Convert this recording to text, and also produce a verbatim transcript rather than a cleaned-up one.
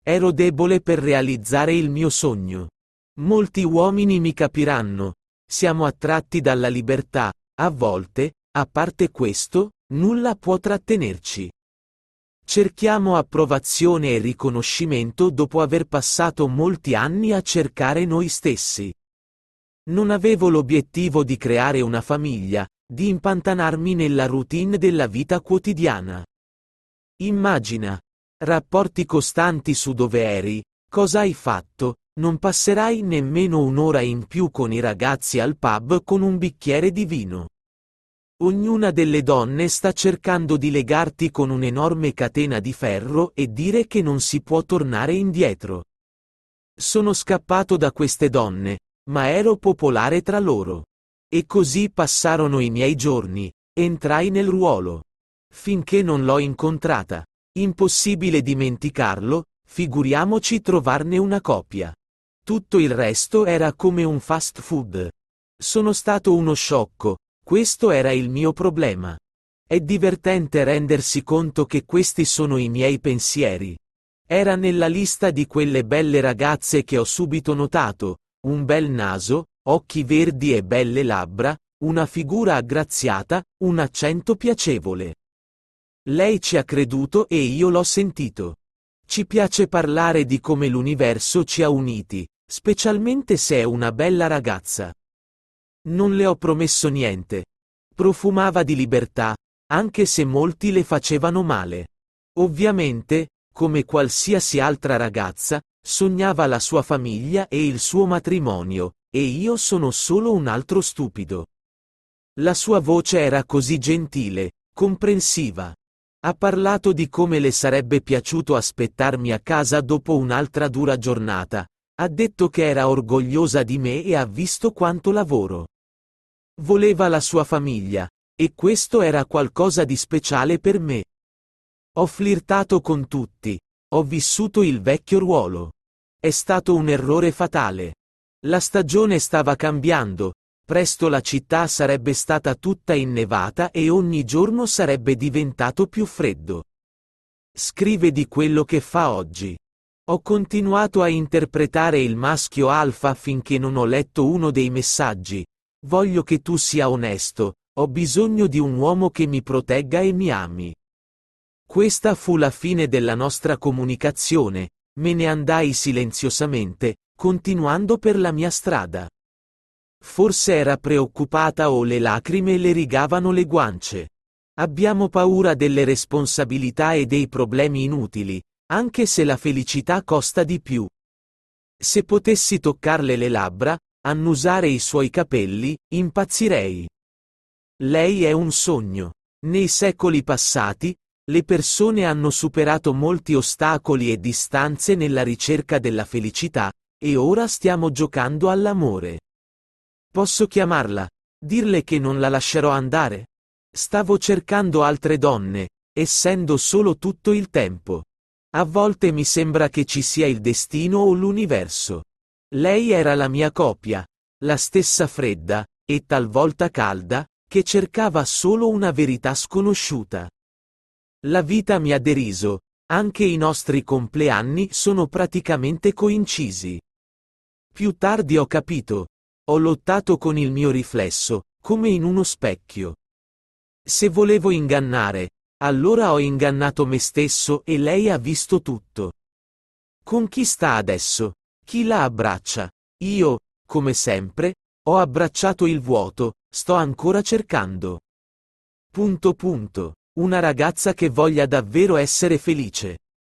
Ero debole per realizzare il mio sogno. Molti uomini mi capiranno. Siamo attratti dalla libertà, a volte, a parte questo, nulla può trattenerci. Cerchiamo approvazione e riconoscimento dopo aver passato molti anni a cercare noi stessi. Non avevo l'obiettivo di creare una famiglia, di impantanarmi nella routine della vita quotidiana. Immagina. Rapporti costanti su dove eri, cosa hai fatto, non passerai nemmeno un'ora in più con i ragazzi al pub con un bicchiere di vino. Ognuna delle donne sta cercando di legarti con un'enorme catena di ferro e dire che non si può tornare indietro. Sono scappato da queste donne, ma ero popolare tra loro. E così passarono i miei giorni, entrai nel ruolo. Finché non l'ho incontrata. Impossibile dimenticarlo, figuriamoci trovarne una coppia. Tutto il resto era come un fast food. Sono stato uno sciocco, questo era il mio problema. È divertente rendersi conto che questi sono i miei pensieri. Era nella lista di quelle belle ragazze che ho subito notato, un bel naso, occhi verdi e belle labbra, una figura aggraziata, un accento piacevole. Lei ci ha creduto e io l'ho sentito. Ci piace parlare di come l'universo ci ha uniti, specialmente se è una bella ragazza. Non le ho promesso niente. Profumava di libertà, anche se molti le facevano male. Ovviamente, come qualsiasi altra ragazza, sognava la sua famiglia e il suo matrimonio, e io sono solo un altro stupido. La sua voce era così gentile, comprensiva. Ha parlato di come le sarebbe piaciuto aspettarmi a casa dopo un'altra dura giornata. Ha detto che era orgogliosa di me e ha visto quanto lavoro. Voleva la sua famiglia, e questo era qualcosa di speciale per me. Ho flirtato con tutti, ho vissuto il vecchio ruolo. È stato un errore fatale. La stagione stava cambiando. Presto la città sarebbe stata tutta innevata e ogni giorno sarebbe diventato più freddo. Scrive di quello che fa oggi. Ho continuato a interpretare il maschio alfa finché non ho letto uno dei messaggi. Voglio che tu sia onesto, ho bisogno di un uomo che mi protegga e mi ami. Questa fu la fine della nostra comunicazione, me ne andai silenziosamente, continuando per la mia strada. Forse era preoccupata o le lacrime le rigavano le guance. Abbiamo paura delle responsabilità e dei problemi inutili, anche se la felicità costa di più. Se potessi toccarle le labbra, annusare i suoi capelli, impazzirei. Lei è un sogno. Nei secoli passati, le persone hanno superato molti ostacoli e distanze nella ricerca della felicità, e ora stiamo giocando all'amore. Posso chiamarla, dirle che non la lascerò andare? Stavo cercando altre donne, essendo solo tutto il tempo. A volte mi sembra che ci sia il destino o l'universo. Lei era la mia copia, la stessa fredda, e talvolta calda, che cercava solo una verità sconosciuta. La vita mi ha deriso, anche i nostri compleanni sono praticamente coincisi. Più tardi ho capito. Ho lottato con il mio riflesso, come in uno specchio. Se volevo ingannare, allora ho ingannato me stesso e lei ha visto tutto. Con chi sta adesso? Chi la abbraccia? Io, come sempre, ho abbracciato il vuoto, sto ancora cercando. Punto punto. Una ragazza che voglia davvero essere felice.